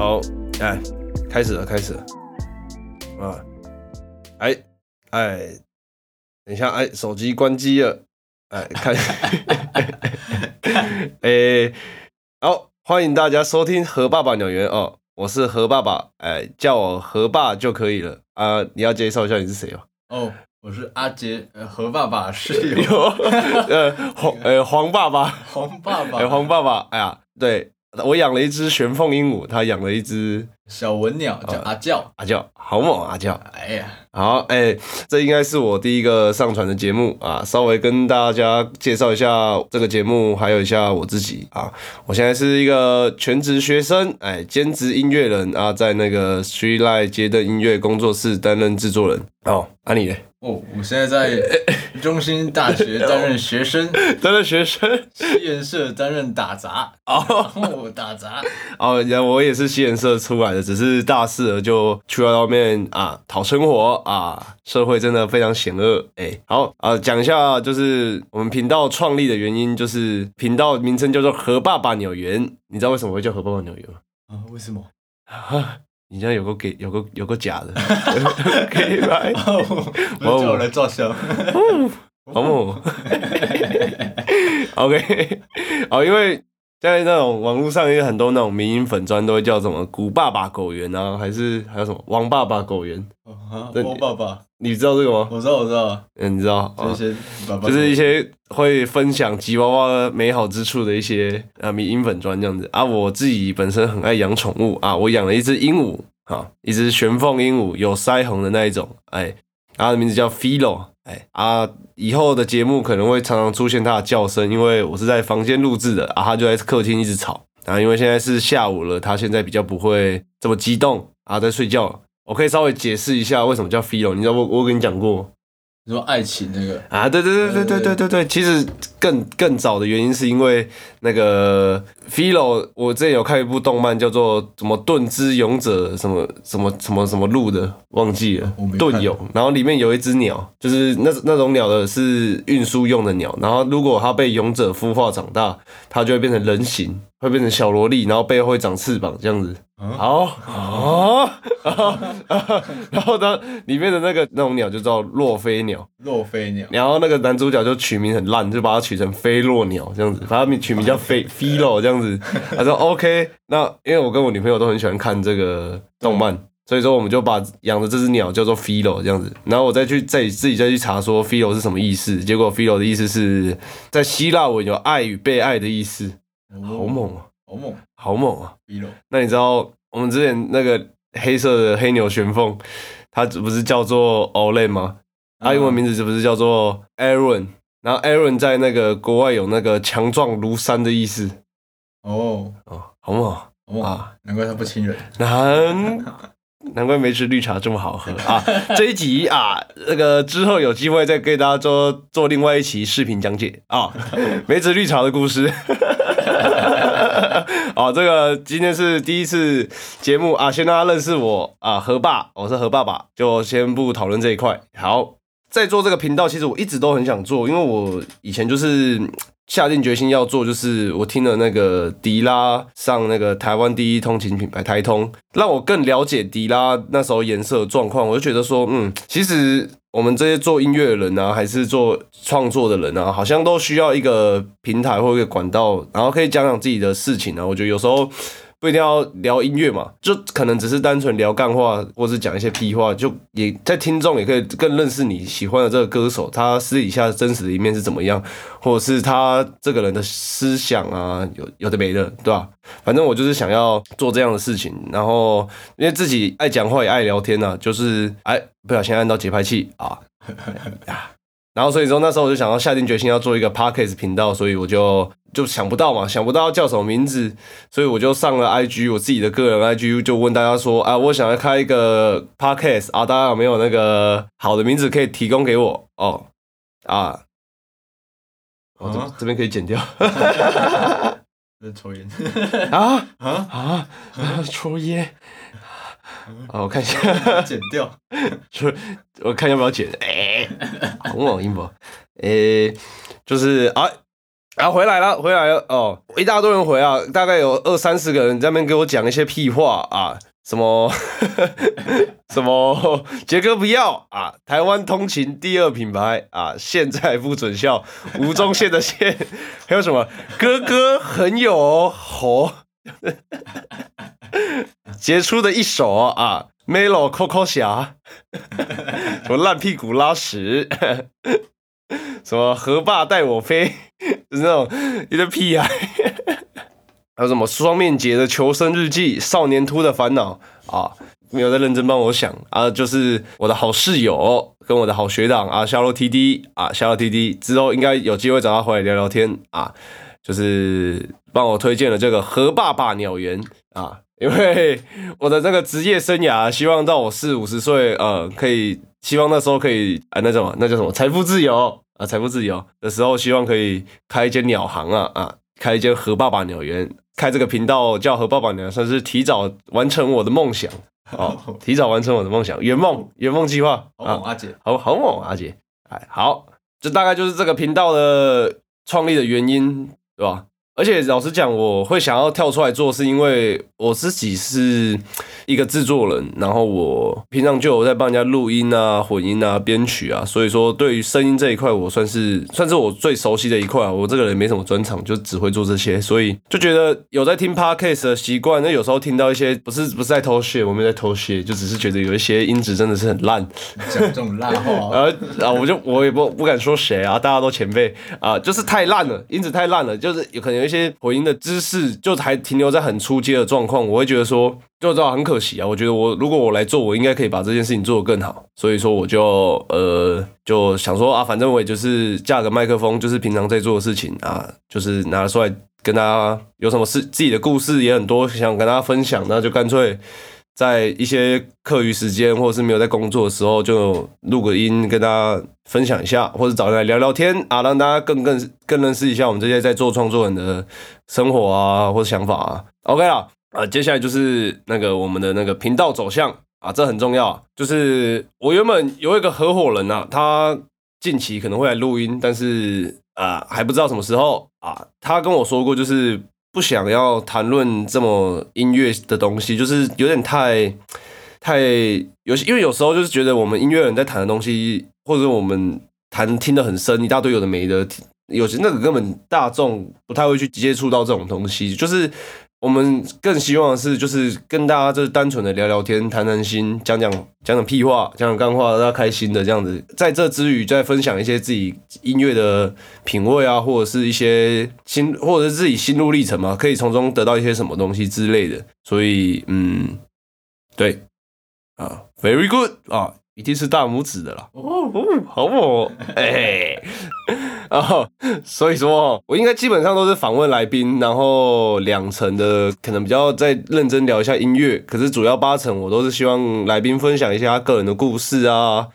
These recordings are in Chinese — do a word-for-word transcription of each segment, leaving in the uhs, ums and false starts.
好，哎，开始了，开始了，啊，哎，哎，等一下，哎，手机关机了，哎，看，哎，好，欢迎大家收听何爸爸鸟园哦，我是何爸爸，哎，叫我何爸就可以了啊。你要介绍一下你是谁哦？ 哦，我是阿杰，呃，何爸爸室友， 呃，黄，呃，黄爸爸， 黄爸爸， 哎，黄爸爸，哎呀，对。我养了一只玄凤鹦鹉，他养了一只小文鸟，叫阿教， 阿教，好猛阿教！ 哎呀， 好，哎，这应该是我第一个上传的节目啊，稍微跟大家介绍一下这个节目，还有一下我自己啊。我现在是一个全职学生，哎，兼职音乐人啊，在那个 Streetlight 街灯音乐工作室担任制作人。哦，啊你嘞？ 哦，我现在在中兴大学担任学生， 担任学生， 西研社担任打杂，哦，打杂， 哦，我也是西研社出来的，只是大四了就去到外面啊讨生活啊，社会真的非常险恶。哎，好啊，讲一下就是我们频道创立的原因，就是频道名称叫做何爸爸鸟园，你知道为什么会叫何爸爸鸟园吗？ 啊，为什么？ 啊你这样有个给有个有个假的，可以来， 我叫我来照相， 好猛 ，OK， 好，因为在那种网络上有很多那种民营粉专都会叫什么古爸爸狗园啊，还是还有什么王爸爸狗园， 王爸爸， 你知道这个吗？ 我知道，我知道， 嗯，你知道， 就是爸爸， 就是一些会分享吉娃娃美好之处的一些啊民营粉专这样子啊。我自己本身很爱养宠物啊，我养了一只鹦鹉啊，一只玄凤鹦鹉，有腮红的那一种，哎，它的名字叫 Philo， 哎啊，以后的节目可能会常常出现它的叫声，因为我是在房间录制的啊，它就在客厅一直吵啊，因为现在是下午了，它现在比较不会这么激动啊，在睡觉了。我可以稍微解释一下为什么叫 Philo， 你知道我我跟你讲过。 你说爱情那个啊，对对对对对对对对，其实更更早的原因是因为那个 Philo， 我之前有看一部动漫叫做什么盾之勇者什么什么什么什么路的，忘记了，盾勇，然后里面有一只鸟，就是那那种鸟的是运输用的鸟，然后如果它被勇者孵化长大，它就会变成人形，会变成小萝莉，然后背后会长翅膀这样子。好啊，然后呢，里面的那个那种鸟就叫洛飞鸟， 洛飞鸟， 然后那个男主角就取名很烂，就把它取成飞洛鸟这样子，把它取名叫飞 Philo 这样子。他说 OK， 那因为我跟我女朋友都很喜欢看这个动漫，所以说我们就把养的这只鸟叫做 Philo 这样子，然后我再去再自己再去查说 Philo 是什么意思，结果 Philo 的意思是在希腊文有爱与被爱的意思，好猛啊！ 好猛， 好猛啊 ！Philo， 那你知道我们之前那个黑色的黑牛玄凤，它不是叫做 Olen 吗？它英文名字是不是叫做 Aaron？ 然后 Aaron 在那个国外有那个强壮如山的意思。 哦哦，好猛好猛啊！难怪他不亲人， 难难怪梅子绿茶这么好喝啊！这一集啊，那个之后有机会再给大家做做另外一期视频讲解啊，梅子绿茶的故事。哦，这个今天是第一次节目啊，先让大家认识我啊，何爸，我是何爸爸，就先不讨论这一块。好，在做这个频道，其实我一直都很想做，因为我以前就是下定决心要做，就是我听了那个迪拉上那个台湾第一通勤品牌台通，让我更了解迪拉那时候颜色的状况，我就觉得说，嗯，其实我们这些做音乐的人啊，还是做创作的人啊，好像都需要一个平台或一个管道，然后可以讲讲自己的事情啊。我觉得有时候不一定要聊音乐嘛，就可能只是单纯聊干话，或是讲一些屁话，就也在听众也可以更认识你喜欢的这个歌手，他私底下真实的一面是怎么样，或者是他这个人的思想啊，有有的没的，对吧？反正我就是想要做这样的事情，然后因为自己爱讲话也爱聊天啊，就是哎不小心按到节拍器啊。然后所以说那时候我就想要下定决心要做一个 podcast 频道，所以我就就想不到嘛，想不到要叫什么名字，所以我就上了 I G， 我自己的个人 I G 就问大家说啊，我想要开一个 podcast 啊，大家有没有那个好的名字可以提供给我哦啊，哦这、啊、这边可以剪掉， 在抽烟啊啊啊抽烟。啊，我看一下， 剪掉， 我看要不要剪。哎、欸，好猛音不？哎、欸，就是啊， 啊，回来了，回来了哦，一大堆人回啊，大概有二三十个人在那边给我讲一些屁话啊，什么什么杰哥不要啊，台湾通勤第二品牌啊，现在不准笑，吴宗宪的宪，还有什么哥哥很有猴，杰出的一手啊 ，Melo Coco 侠，什么烂屁股拉屎。什么河爸带我飞，就是那种一堆屁孩，还有什么双面节的求生日记、少年秃的烦恼啊，没有在认真帮我想啊，就是我的好室友跟我的好学长啊，夏洛 T D 啊，夏洛 T D 之后应该有机会找他回来聊聊天啊，就是帮我推荐了这个河爸爸鸟园啊，因为我的这个职业生涯，希望到我四五十岁，呃，可以。希望那时候可以啊，那种那叫什么财富自由啊，财富自由的时候，希望可以开一间鸟行啊啊，开一间河爸爸鸟园，开这个频道叫河爸爸鸟园，算是提早完成我的梦想哦，提早完成我的梦想，圆梦圆梦计划好猛阿姐， 好好猛阿姐，哎好，这大概就是这个频道的创立的原因，对吧？而且老实讲，我会想要跳出来做，是因为我自己是一个制作人，然后我平常就有在帮人家录音啊、混音啊、编曲啊，所以说对于声音这一块，我算是算是我最熟悉的一块啊。我这个人没什么专长，就只会做这些，所以就觉得有在听 podcast 的习惯。那有时候听到一些不是不是在偷窃，我没在偷窃，就只是觉得有一些音质真的是很烂， 讲这种烂话， 然后啊，我就我也不不敢说谁啊，大家都前辈啊，就是太烂了，音质太烂了，就是有可能有一些回音的知识就还停留在很初阶的状况，我会觉得说，就知道很可惜啊。我觉得我如果我来做，我应该可以把这件事情做得更好，所以说我就呃就想说啊，反正我也就是架个麦克风，就是平常在做的事情啊，就是拿出来跟大家有什么事自己的故事也很多想跟大家分享，那就干脆。在一些课余时间或者是没有在工作的时候，就录个音跟大家分享一下，或者找人来聊聊天啊，让大家更更更认识一下我们这些在做创作人的生活啊或者想法啊。OK 啦，啊，接下来就是那个我们的那个频道走向啊，这很重要。就是我原本有一个合伙人啊，他近期可能会来录音，但是啊还不知道什么时候啊。他跟我说过，就是。不想要谈论这么音乐的东西，就是有点太太有，因为有时候就是觉得我们音乐人在谈的东西，或者我们谈听得很深，一大堆有的没的，有些那个根本大众不太会去接触到这种东西，就是我们更希望的是，就是跟大家就是单纯的聊聊天，谈谈心，讲讲讲讲屁话，讲讲干话，让大家开心的这样子。在这之余，再分享一些自己音乐的品味啊，或者是一些心，或者是自己心路历程嘛，可以从中得到一些什么东西之类的。所以，嗯，对啊 ，very good 啊，一定是大拇指的啦。哦哦，好哦，哎。哦，所以说，我应该基本上都是访问来宾，然后两成的可能比较再认真聊一下音乐，可是主要八成我都是希望来宾分享一下他个人的故事啊，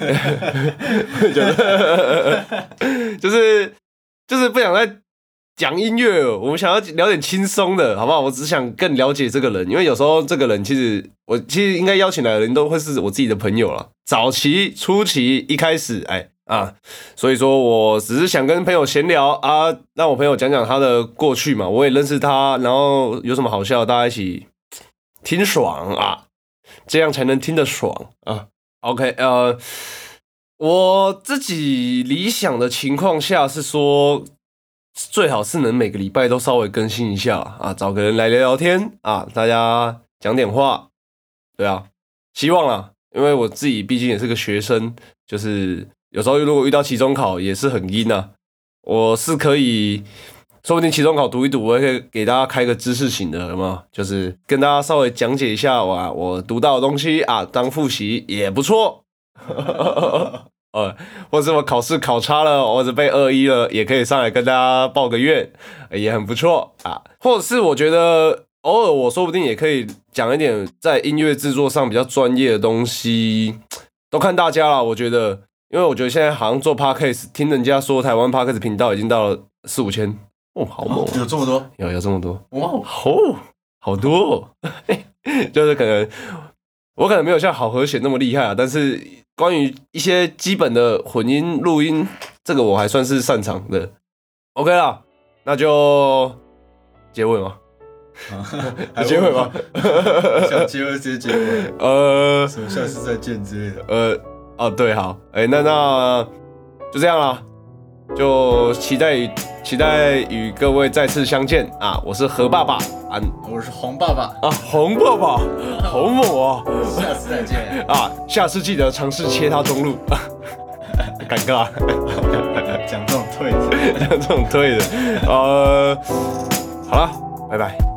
就是就是不想再讲音乐，我们想要聊点轻松的，好不好？我只想更了解这个人，因为有时候这个人其实我其实应该邀请来的人都会是我自己的朋友了，早期、初期、一开始，哎。啊，所以说我只是想跟朋友闲聊啊，让我朋友讲讲他的过去嘛，我也认识他，然后有什么好笑，大家一起听爽啊，这样才能听得爽啊。OK， 呃，我自己理想的情况下是说，最好是能每个礼拜都稍微更新一下啊，找个人来聊聊天啊，大家讲点话，对啊，希望啦，因为我自己毕竟也是个学生，就是。有时候如果遇到期中考也是很阴啊，我是可以，说不定期中考读一读，我也可以给大家开个知识型的，有没有？就是跟大家稍微讲解一下哇，我读到的东西啊，当复习也不错。呃，或者我考试考差了，或者被二一了，也可以上来跟大家报个怨，也很不错啊。或者是我觉得偶尔我说不定也可以讲一点在音乐制作上比较专业的东西，都看大家啦，我觉得。因为我觉得现在好像做 podcast， 听人家说台湾 podcast 频道已经到了四五千，哦，好猛、哦， 有这么多， 有有这么多， 哇， 哦，好多、哦，就是可能我可能没有像好和弦那么厉害啊，但是关于一些基本的混音录音，这个我还算是擅长的。OK 啦， 那就结尾吗？ 还结尾吗？ 想结尾直接结尾。 呃， 什么下次再见之类的。 呃，哦，对，好，哎、欸，那那就这样啦，就期待与期待与各位再次相见啊！我是何爸爸啊， 我是黄爸爸啊，红爸爸，好猛啊！ 下次再见啊，下次记得尝试切他中路，尴尬， 讲这种退的， 讲这种退的，呃，好了，拜拜。